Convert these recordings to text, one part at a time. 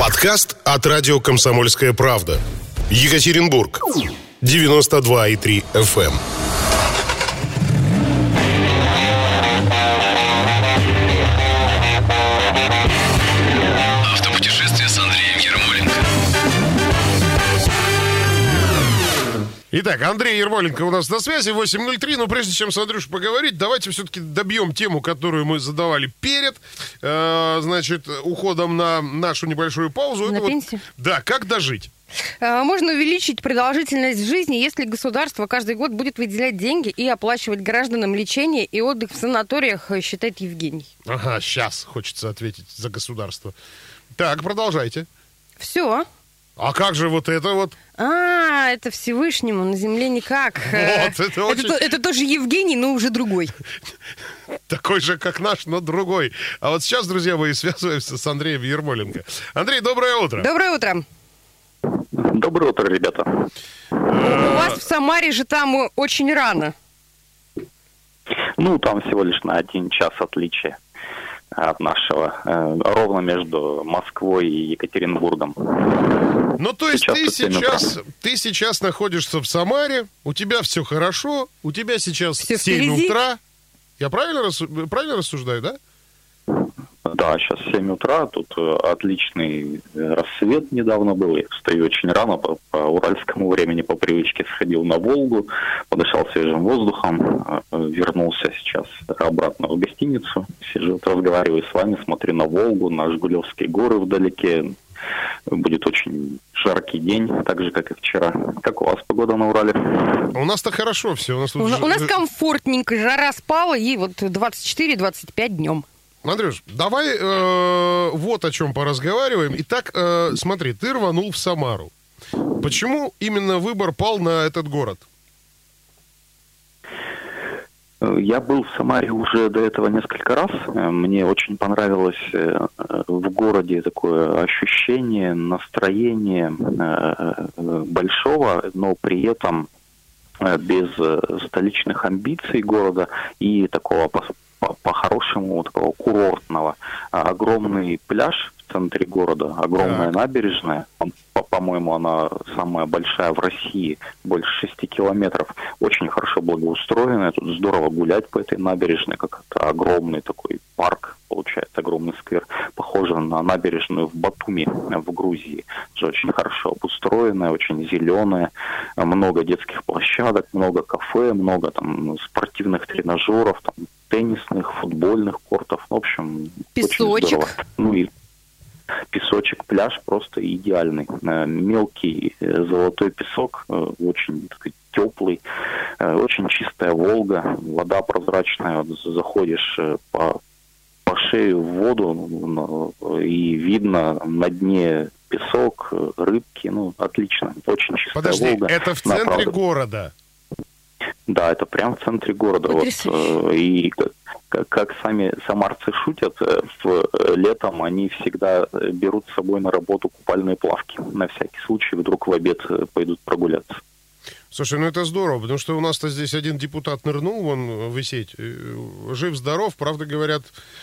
Подкаст от радио «Комсомольская правда». Екатеринбург. 92,3 FM. Автопутешествие с Андреем Ермоленко. Итак, Андрей Ермоленко у нас на связи, 8:03. Но прежде чем с Андрюшей поговорить, давайте все-таки добьем тему, которую мы задавали перед, уходом на нашу небольшую паузу. На пенсию? Да, как дожить? Можно увеличить продолжительность жизни, если государство каждый год будет выделять деньги и оплачивать гражданам лечение и отдых в санаториях, считает Евгений. Ага, сейчас хочется ответить за государство. Так, продолжайте. Все. А как же вот это вот? Это Всевышнему, на земле никак. Это тоже Евгений, но уже другой. Такой же, как наш, но другой. А вот сейчас, друзья мои, связываемся с Андреем Ермоленко. Андрей, доброе утро. Доброе утро. Доброе утро, ребята. У вас в Самаре же там очень рано. Там всего лишь на 1 час отличия от нашего, ровно между Москвой и Екатеринбургом. Ну, то есть ты сейчас находишься в Самаре, у тебя все хорошо, у тебя сейчас все 7 впереди. утра. Я правильно рассуждаю, да? Да, сейчас 7 утра, тут отличный рассвет недавно был. Я встаю очень рано, по уральскому времени по привычке сходил на Волгу, подышал свежим воздухом, вернулся сейчас обратно в гостиницу. Сижу, разговариваю с вами, смотрю на Волгу, на Жигулевские горы вдалеке. Будет очень жаркий день, так же, как и вчера. Как у вас погода на Урале? У нас-то хорошо все. У нас комфортненько, жара спала, и вот 24-25 днем. Андрюш, давай вот о чем поразговариваем. Итак, смотри, ты рванул в Самару. Почему именно выбор пал на этот город? Я был в Самаре уже до этого несколько раз. Мне очень понравилось в городе такое ощущение, настроение большого, но при этом без столичных амбиций города и такого по-хорошему такого курортного. Огромный пляж в центре города, огромная набережная. По-моему, она самая большая в России, больше 6 километров. Очень хорошо благоустроенная. Тут здорово гулять по этой набережной, как это огромный такой парк, получается, огромный сквер. Похоже на набережную в Батуми, в Грузии. Очень хорошо обустроенная, очень зеленая. Много детских площадок, много кафе, много там спортивных тренажеров, там теннисных, футбольных кортов. В общем, песочек. Очень здорово. И песочек, пляж просто идеальный. Мелкий золотой песок, очень такой теплый, очень чистая Волга, вода прозрачная. Вот заходишь по шею в воду, и видно на дне песок, рыбки. Отлично. Очень чистая Волга. Подожди, это в центре города? Да, это прямо в центре города. И как сами самарцы шутят, летом они всегда берут с собой на работу купальные плавки. На всякий случай вдруг в обед пойдут прогуляться. Слушай, это здорово, потому что у нас-то здесь один депутат нырнул вон в сеть. Жив-здоров, правда, говорят,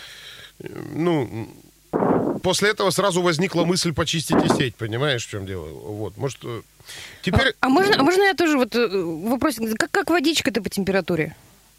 после этого сразу возникла мысль почистить и сеть, понимаешь, в чем дело? Вот, может, теперь... А можно я тоже вопросик? Как водичка-то по температуре?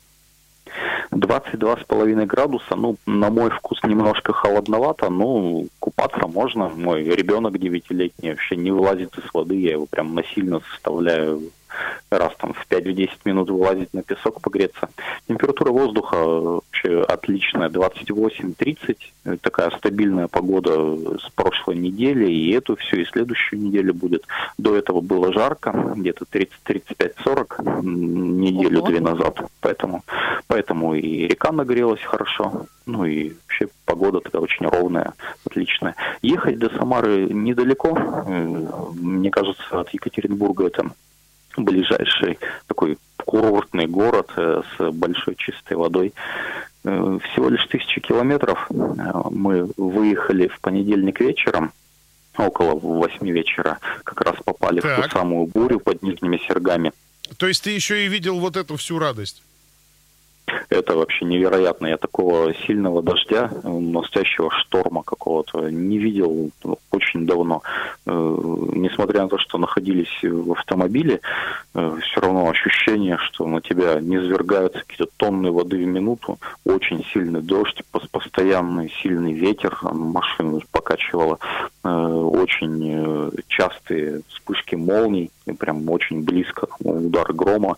22,5 градуса, на мой вкус немножко холодновато, купаться можно. Мой ребенок 9-летний вообще не вылазит из воды, я его прям насильно заставляю раз в 5-10 минут вылазить на песок, погреться. Температура воздуха вообще отличная, 28-30, такая стабильная погода с прошлой недели, и эту всю, и следующую неделю будет. До этого было жарко, где-то 30-35-40 неделю-две назад, поэтому и река нагрелась хорошо, и вообще погода такая очень ровная, отличная. Ехать до Самары недалеко, мне кажется, от Екатеринбурга это ближайший такой курортный город с большой чистой водой. Всего лишь 1000 километров. Мы выехали в понедельник вечером, около 8 вечера, как раз попали в ту самую бурю под Нижними Сергами. То есть ты еще и видел вот эту всю радость? Это вообще невероятно. Я такого сильного дождя, настоящего шторма какого-то не видел очень очень давно. Несмотря на то, что находились в автомобиле, все равно ощущение, что на тебя низвергаются какие-то тонны воды в минуту, очень сильный дождь, постоянный сильный ветер, машину покачивало, очень частые вспышки молний, прям очень близко удар грома.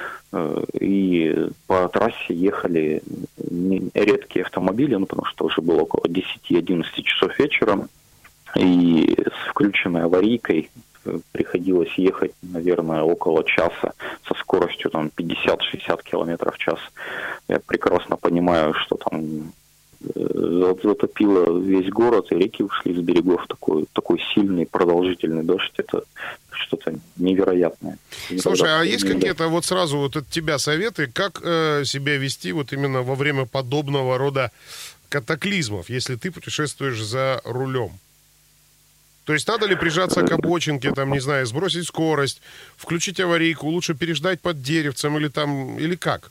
И по трассе ехали редкие автомобили, потому что уже было около 10-11 часов вечера, и с включенной аварийкой приходилось ехать, наверное, около часа со скоростью там 50-60 км в час. Я прекрасно понимаю, что там затопило весь город, и реки ушли с берегов. Такой сильный, продолжительный дождь. Это что-то невероятное. Слушай, а есть какие-то вот сразу вот от тебя советы, как себя вести вот именно во время подобного рода катаклизмов, если ты путешествуешь за рулем? То есть надо ли прижаться к обочинке, там, не знаю, сбросить скорость, включить аварийку, лучше переждать под деревцем или как?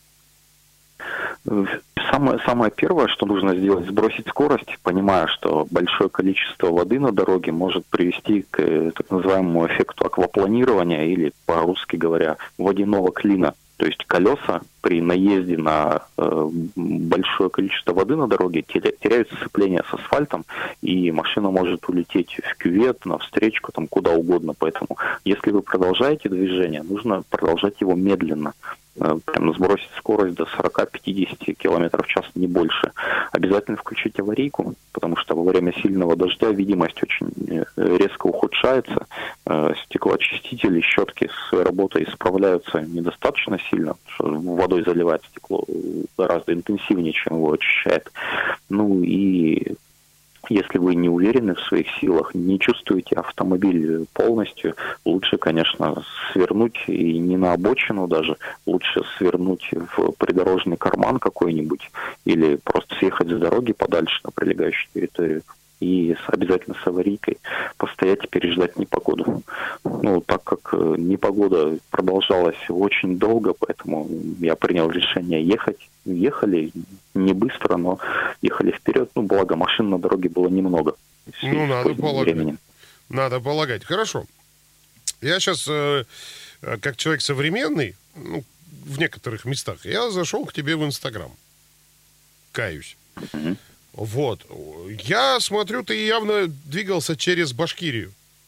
Самое первое, что нужно сделать, сбросить скорость, понимая, что большое количество воды на дороге может привести к так называемому эффекту аквапланирования или, по-русски говоря, водяного клина. То есть колеса при наезде на большое количество воды на дороге теряют сцепление с асфальтом, и машина может улететь в кювет, на встречку, там куда угодно. Поэтому, если вы продолжаете движение, нужно продолжать его медленно. Прям сбросить скорость до 40-50 км в час, не больше. Обязательно включить аварийку, потому что во время сильного дождя видимость очень резко ухудшается. Стеклоочистители, щетки с своей работой справляются недостаточно сильно, что водой заливает стекло гораздо интенсивнее, чем его очищает. Ну и если вы не уверены в своих силах, не чувствуете автомобиль полностью, лучше, конечно, свернуть, и не на обочину даже, лучше свернуть в придорожный карман какой-нибудь или просто съехать с дороги подальше на прилегающую территорию и обязательно с аварийкой постоять и переждать непогоду. Ну, так как непогода продолжалась очень долго, поэтому я принял решение ехать. Ехали не быстро, но ехали вперед. Ну, благо, машин на дороге было немного. Ну, надо полагать. Надо полагать. Хорошо. Я сейчас, как человек современный, ну, в некоторых местах, я зашел к тебе в Инстаграм. Каюсь. Mm-hmm. Вот. Я смотрю, ты явно двигался через Башкирию.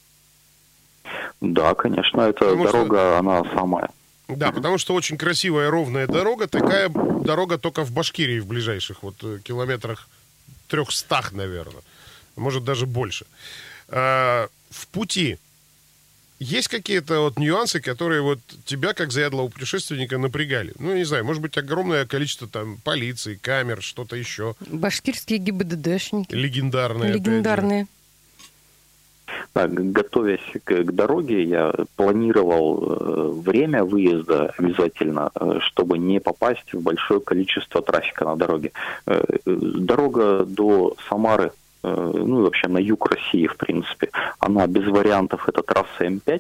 Да, конечно, эта дорога, она самая. Да, потому что очень красивая ровная дорога. Такая дорога только в Башкирии, в ближайших вот километрах 300, наверное. Может, даже больше. В пути есть какие-то вот нюансы, которые вот тебя, как заядлого путешественника, напрягали? Ну, не знаю, может быть, огромное количество там полиции, камер, что-то еще. Башкирские ГИБДДшники. Легендарные. Легендарные. Да, готовясь к дороге, я планировал время выезда обязательно, чтобы не попасть в большое количество трафика на дороге. Дорога до Самары, ну и вообще на юг России, в принципе, она без вариантов, это трасса М5.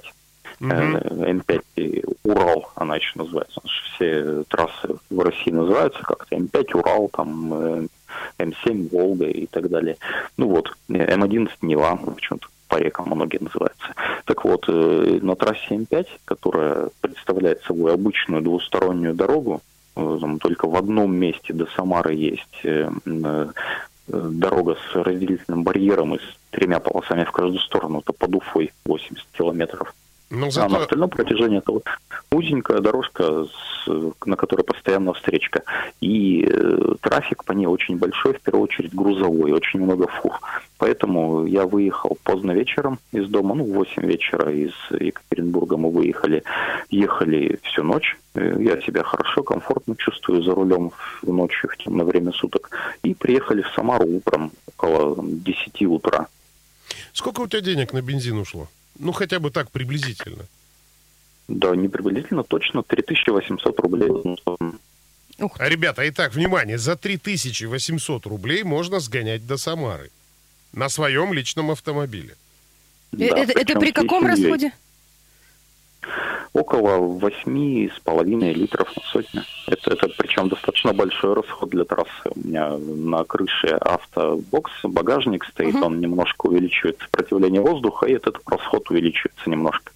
М5 Урал, она еще называется. Все трассы в России называются как-то М5 Урал, там М7 Волга и так далее. Ну вот, М11 Нева, почему-то по рекам многие называются. Так вот, на трассе М5, которая представляет собой обычную двустороннюю дорогу, только в одном месте до Самары есть дорога с разделительным барьером и с 3 полосами в каждую сторону, это под Уфой 80 километров. А на остальном протяжении это вот узенькая дорожка, на которой постоянно встречка. И трафик по ней очень большой, в первую очередь грузовой, очень много фур. Поэтому я выехал поздно вечером из дома, в 8 вечера из Екатеринбурга мы выехали. Ехали всю ночь. Я себя хорошо, комфортно чувствую за рулем ночью в темное время суток. И приехали в Самару утром, около 10 утра. Сколько у тебя денег на бензин ушло? Ну, хотя бы так, приблизительно. Да, не приблизительно, точно 3800 рублей. А, ребята, итак, внимание, за 3800 рублей можно сгонять до Самары. На своем личном автомобиле. Да, это при каком расходе? около 8,5 литров на сотню. Это причем достаточно большой расход для трассы. У меня на крыше автобокс, багажник стоит, он немножко увеличивает сопротивление воздуха, и этот расход увеличивается немножко.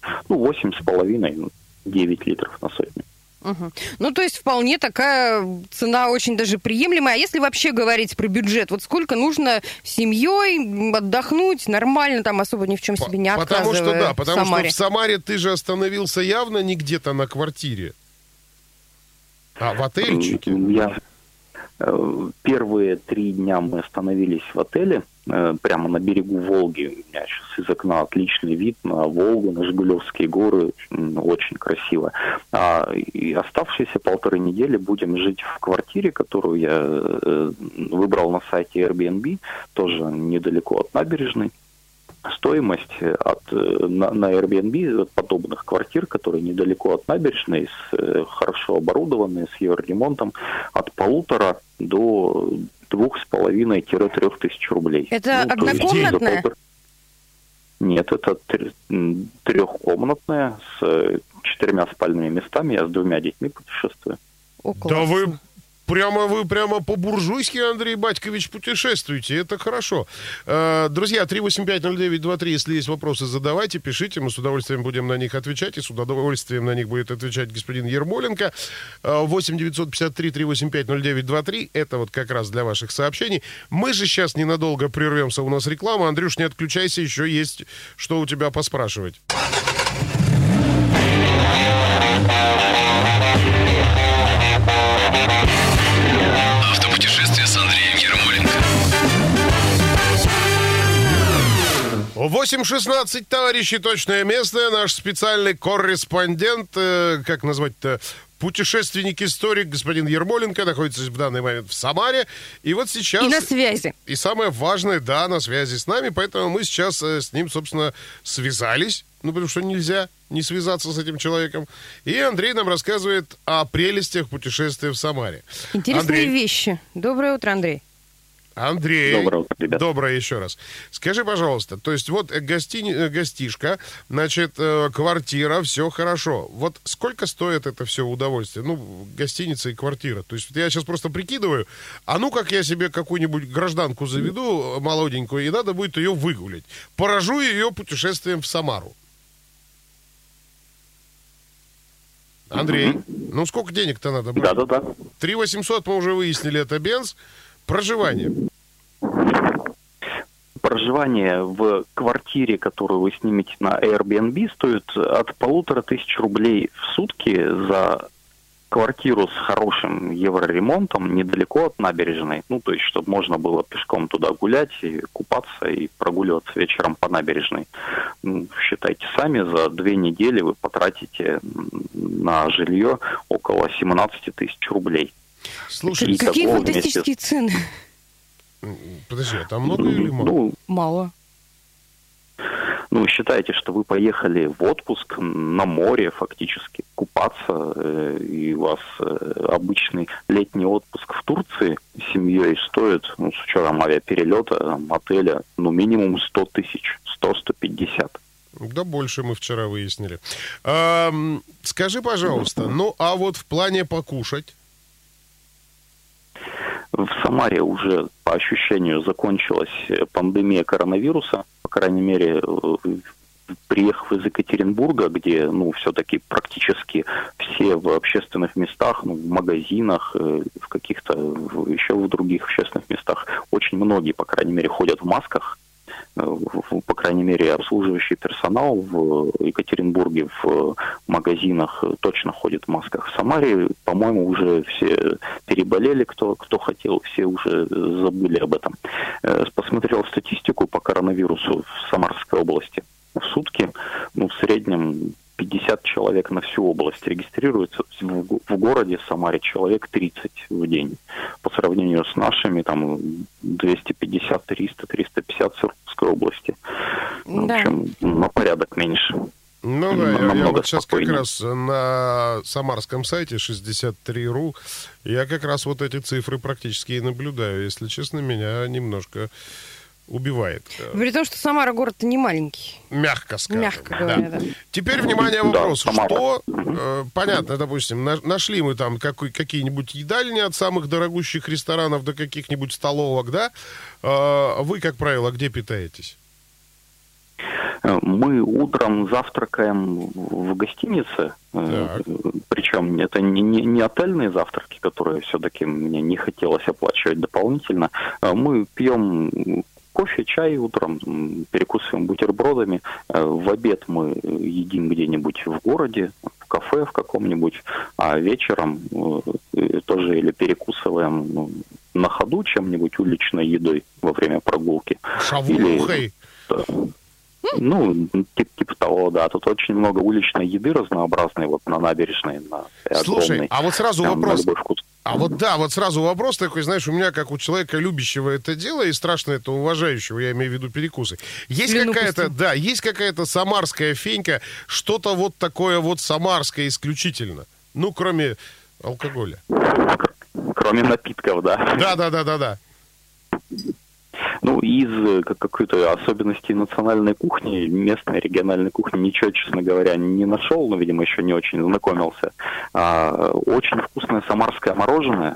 8,5-9 литров на сотню. Ну, то есть вполне такая цена очень даже приемлемая. А если вообще говорить про бюджет, вот сколько нужно семьей отдохнуть нормально, там особо ни в чем себе не отказывая потому что в Самаре ты же остановился явно не где-то на квартире, а в отельчике. Первые 3 дня мы остановились в отеле, прямо на берегу Волги. У меня сейчас из окна отличный вид на Волгу, на Жигулевские горы, очень красиво. И оставшиеся 1,5 недели будем жить в квартире, которую я выбрал на сайте Airbnb, тоже недалеко от набережной. Стоимость на Airbnb от подобных квартир, которые недалеко от набережной, хорошо оборудованные, с евроремонтом, от 1,5 до 2,5-3 тысяч рублей. Это однокомнатная? Нет, это 3-комнатная с 4 спальными местами. Я с 2 детьми путешествую. Да вы прямо по-буржуйски, Андрей Батькович, путешествуете. Это хорошо. Друзья, 3850923, если есть вопросы, задавайте, пишите. Мы с удовольствием будем на них отвечать. И с удовольствием на них будет отвечать господин Ермоленко. 8-953-385-0923. Это вот как раз для ваших сообщений. Мы же сейчас ненадолго прервемся. У нас реклама. Андрюш, не отключайся. Еще есть что у тебя поспрашивать. Автопутешествие с Андреем Ермоленко. 8:16, товарищи, точное место. Наш специальный корреспондент, как назвать-то, путешественник-историк господин Ермоленко находится в данный момент в Самаре. И вот сейчас... И на связи. И самое важное, да, на связи с нами. Поэтому мы сейчас с ним, собственно, связались. Потому что нельзя не связаться с этим человеком. И Андрей нам рассказывает о прелестях путешествия в Самаре. Интересные вещи. Доброе утро, Андрей. Андрей, доброе утро, ребят. Доброе еще раз. Скажи, пожалуйста, то есть вот гостишка, значит, квартира, все хорошо. Вот сколько стоит это все удовольствие? Гостиница и квартира. То есть я сейчас просто прикидываю, как я себе какую-нибудь гражданку заведу, молоденькую, и надо будет ее выгулять. Поражу ее путешествием в Самару. Андрей, сколько денег-то надо брать? Да. 3800 мы уже выяснили, это бенз. Проживание. Проживание в квартире, которую вы снимете на Airbnb, стоит от 1500 рублей в сутки за квартиру с хорошим евроремонтом недалеко от набережной. То есть, чтобы можно было пешком туда гулять, и купаться, и прогуливаться вечером по набережной. Считайте сами, за 2 недели вы потратите на жилье около 17 тысяч рублей. Слушай, какие фантастические цены. Подожди, а там много или мало? Мало. Считайте, что вы поехали в отпуск на море фактически купаться, и у вас обычный летний отпуск в Турции с семьей стоит, с учетом авиаперелета, отеля, минимум 100 тысяч, 100-150. Да больше мы вчера выяснили. Скажи, пожалуйста, а вот в плане покушать? В Самаре уже, по ощущению, закончилась пандемия коронавируса. По крайней мере, приехав из Екатеринбурга, где, все-таки практически все в общественных местах, в магазинах, в каких-то еще в других общественных местах, очень многие, по крайней мере, ходят в масках. По крайней мере, обслуживающий персонал в Екатеринбурге в магазинах точно ходит в масках. В Самаре, по-моему, уже все переболели, кто хотел, все уже забыли об этом. Посмотрел статистику по коронавирусу в Самарской области. В сутки, в среднем 50 человек на всю область регистрируется. В городе Самаре человек 30 в день. По сравнению с нашими, 250, 300, 350 в Сургутской области. В общем, на порядок меньше. Я вот сейчас как раз на самарском сайте 63.ru я как раз вот эти цифры практически и наблюдаю. Если честно, меня немножко убивает. При том, что Самара город-то не маленький. Мягко скажем. Мягко говоря, да. Теперь, внимание, вопрос. Да, что, понятно, допустим, нашли мы там какие-нибудь едальни от самых дорогущих ресторанов до каких-нибудь столовок, да? Вы, как правило, где питаетесь? Мы утром завтракаем в гостинице, причем это не отельные завтраки, которые все-таки мне не хотелось оплачивать дополнительно. Мы пьем кофе, чай утром, перекусываем бутербродами. В обед мы едим где-нибудь в городе, в кафе в каком-нибудь, а вечером тоже или перекусываем на ходу чем-нибудь уличной едой во время прогулки. Шавухой? Типа того, да. Тут очень много уличной еды разнообразной, вот на набережной. Слушай, а вот сразу вопрос. Сразу вопрос такой, знаешь, у меня, как у человека, любящего это дело и страшно это уважающего, я имею в виду перекусы. Есть какая-то самарская фенька, что-то вот такое вот самарское исключительно. Ну, кроме алкоголя. Кроме напитков, да. Да. Из какой-то особенностей национальной кухни, местной региональной кухни, ничего, честно говоря, не нашел, но, видимо, еще не очень знакомился. Очень вкусное самарское мороженое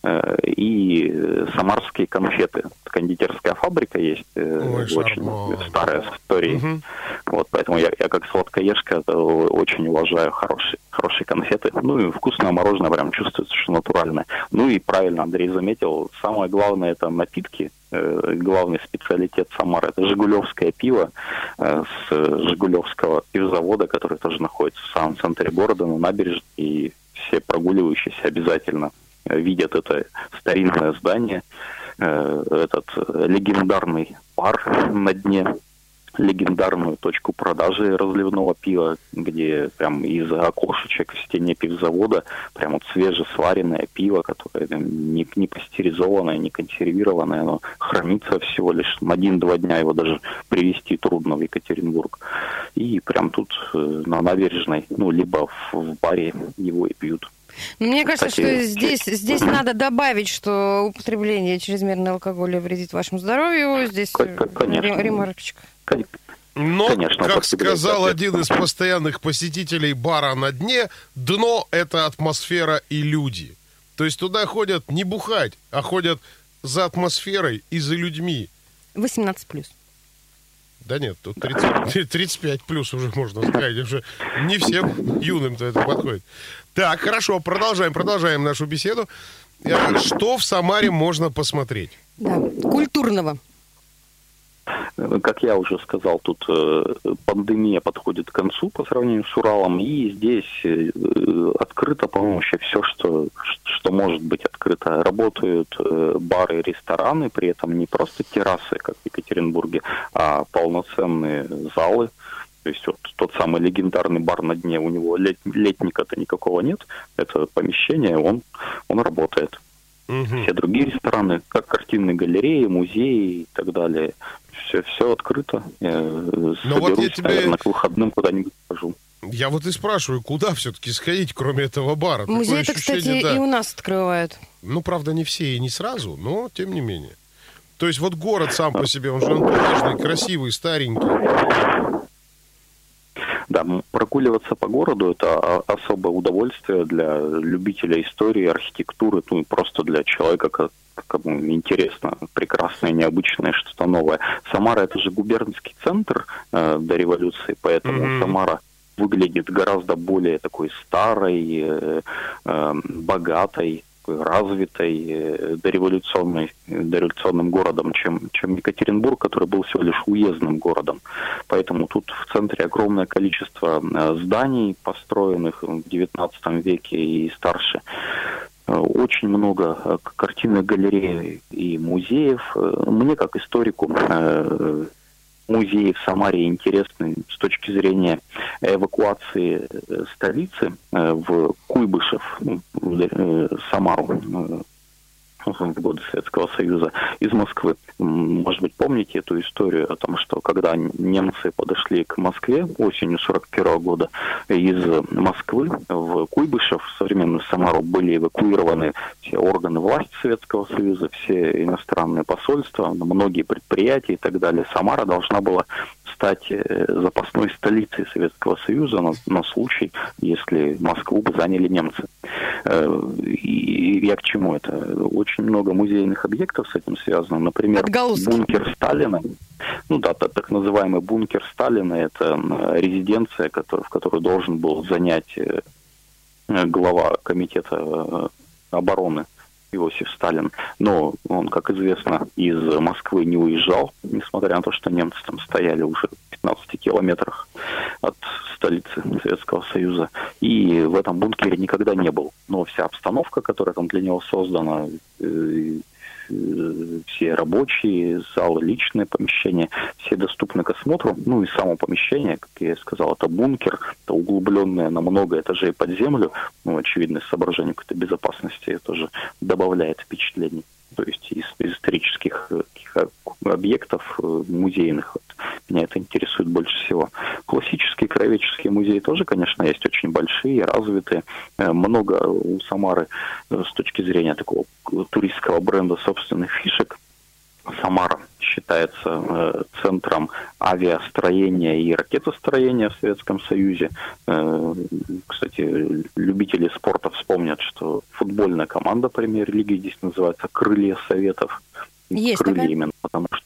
и самарские конфеты. Кондитерская фабрика есть, очень старая с историей. Угу. Вот, поэтому я как сладкоежка очень уважаю хорошие конфеты. И вкусное мороженое прям чувствуется, что натуральное. И правильно Андрей заметил, самое главное это напитки. Главный специалитет Самары — это жигулевское пиво с жигулевского пивзавода, который тоже находится в самом центре города, на набережной, и все прогуливающиеся обязательно видят это старинное здание, этот легендарный бар на дне, легендарную точку продажи разливного пива, где прям из окошечек в стене пивзавода прям вот свежесваренное пиво, которое не пастеризованное, не консервированное, оно хранится всего лишь 1-2 дня, его даже привезти трудно в Екатеринбург. И прям тут на набережной, либо в баре его и пьют. Мне кажется, что здесь надо добавить, что употребление чрезмерного алкоголя вредит вашему здоровью. Здесь ремарочка. Но, конечно, как сказал один из постоянных посетителей бара на дне, дно — это атмосфера и люди. То есть туда ходят не бухать, а ходят за атмосферой и за людьми. 18+. Да нет, тут 35 плюс уже можно сказать. Уже не всем юным-то это подходит. Так, хорошо, продолжаем нашу беседу. Что в Самаре можно посмотреть? Да, культурного. Как я уже сказал, тут пандемия подходит к концу по сравнению с Уралом, и здесь открыто, по-моему, вообще все, что может быть открыто. Работают бары, рестораны, при этом не просто террасы, как в Екатеринбурге, а полноценные залы. То есть вот тот самый легендарный бар на дне, у него летника-то никакого нет, это помещение, он работает. Угу. Все другие рестораны, как картинные галереи, музеи и так далее, все открыто. Соберусь, наверное, к выходным куда-нибудь схожу. Я вот и спрашиваю, куда все-таки сходить, кроме этого бара? Музей-то, кстати, и у нас открывают. Правда, не все и не сразу, но тем не менее. То есть вот город сам по себе, он же антуражный, красивый, старенький. Да, прогуливаться по городу — это особое удовольствие для любителя истории, архитектуры, и просто для человека, кому интересно, прекрасное, необычное, что-то новое. Самара — это же губернский центр до революции, поэтому Самара выглядит гораздо более такой старой, богатой, развитой, дореволюционным городом, чем Екатеринбург, который был всего лишь уездным городом. Поэтому тут в центре огромное количество зданий, построенных в XIX веке и старше. Очень много картинных галерей и музеев. Мне, как историку, музеи в Самаре интересны с точки зрения эвакуации столицы в Куйбышев, в Самару. в годы Советского Союза из Москвы. Может быть, помните эту историю о том, что когда немцы подошли к Москве осенью 1941 года, из Москвы в Куйбышев, в современную Самару, были эвакуированы все органы власти Советского Союза, все иностранные посольства, многие предприятия и так далее. Самара должна была стать запасной столицей Советского Союза на случай, если Москву бы заняли немцы. И я к чему это? Очень много музейных объектов с этим связано. Например, бункер Сталина. Ну да, так называемый бункер Сталина – это резиденция, в которую должен был занять глава комитета обороны Иосиф Сталин. Но он, как известно, из Москвы не уезжал, несмотря на то, что немцы там стояли уже в 15 километрах от столицы Советского Союза. И в этом бункере никогда не был. Но вся обстановка, которая там для него создана, все рабочие залы, личные помещения, все доступны к осмотру. Ну и само помещение, как я сказал, это бункер, это углубленное на много этажей под землю. Ну, очевидно, с соображением какой-то безопасности тоже добавляет впечатлений. То есть из исторических объектов музейных меня это интересует больше всего. Классические краеведческие музеи тоже, конечно, есть очень большие, развитые. Много у Самары с точки зрения такого туристского бренда собственных фишек. Самара считается центром авиастроения и ракетостроения в Советском Союзе. Кстати, любители спорта вспомнят, что футбольная команда премьер-лиги здесь называется «Крылья Советов». Есть крылья такая? именно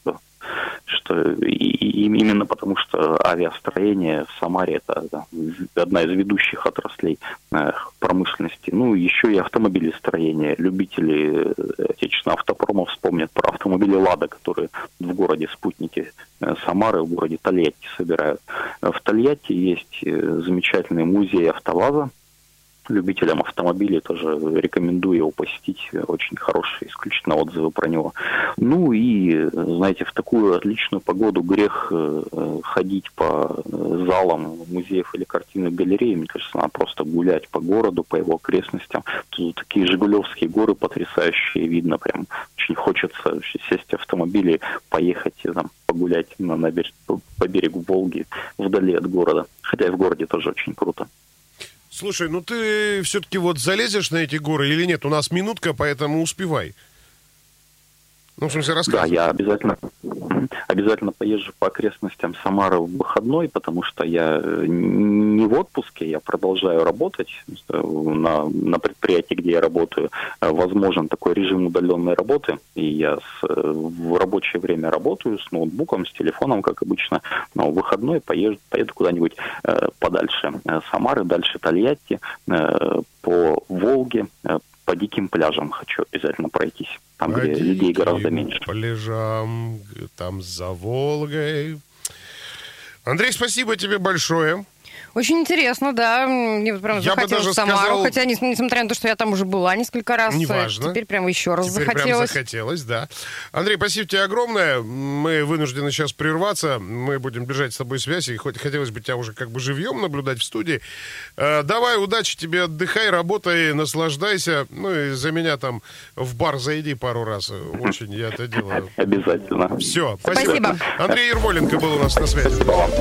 именно потому что авиастроение в Самаре это одна из ведущих отраслей промышленности. Ну, еще и автомобилестроение. Любители отечественного автопрома вспомнят про автомобили «Лада», которые в городе спутники Самары, в городе Тольятти собирают. В Тольятти есть замечательный музей «АвтоВАЗа». Любителям автомобилей тоже рекомендую его посетить. Очень хорошие, исключительно отзывы про него. Ну и, знаете, в такую отличную погоду грех ходить по залам музеев или картинных галерей. Мне кажется, надо просто гулять по городу, по его окрестностям. Тут такие Жигулевские горы потрясающие видно. Прям очень хочется сесть в автомобиль и поехать там, погулять по берегу Волги вдали от города. Хотя и в городе тоже очень круто. Слушай, ну ты все-таки вот залезешь на эти горы или нет? У нас минутка, поэтому успевай. Ну, в смысле, рассказывай. Да, я обязательно поезжу по окрестностям Самары в выходной, потому что я не в отпуске, я продолжаю работать на предприятии, где я работаю. Возможен такой режим удаленной работы, и я в рабочее время работаю с ноутбуком, с телефоном, как обычно, но в выходной поеду куда-нибудь подальше Самары, дальше Тольятти, по Волге, по диким пляжам хочу обязательно пройтись. Там, где людей гораздо меньше. По пляжам, там за Волгой. Андрей, спасибо тебе большое. Очень интересно, да. Мне прям захотелось в Самару, сказал... хотя, несмотря на то, что я там уже была несколько раз, неважно. Теперь прям еще раз захотелось. Прям захотелось, да. Андрей, спасибо тебе огромное. Мы вынуждены сейчас прерваться. Мы будем держать с тобой связь, и хоть хотелось бы тебя уже как бы живьем наблюдать в студии. Давай, удачи тебе, отдыхай, работай, наслаждайся. Ну и за меня там в бар зайди пару раз. Очень я это делаю. Обязательно. Все, спасибо. Андрей Ермоленко был у нас на связи.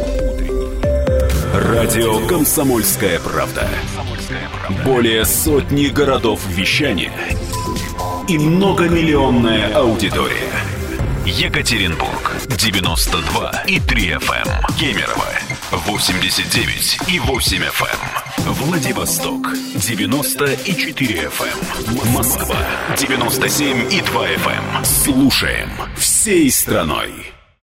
Радио «Комсомольская правда». Более сотни городов вещания и многомиллионная аудитория. Екатеринбург 92,3 FM. Кемерово 89,8 FM. Владивосток 90,4 FM. Москва 97,2 FM. Слушаем всей страной.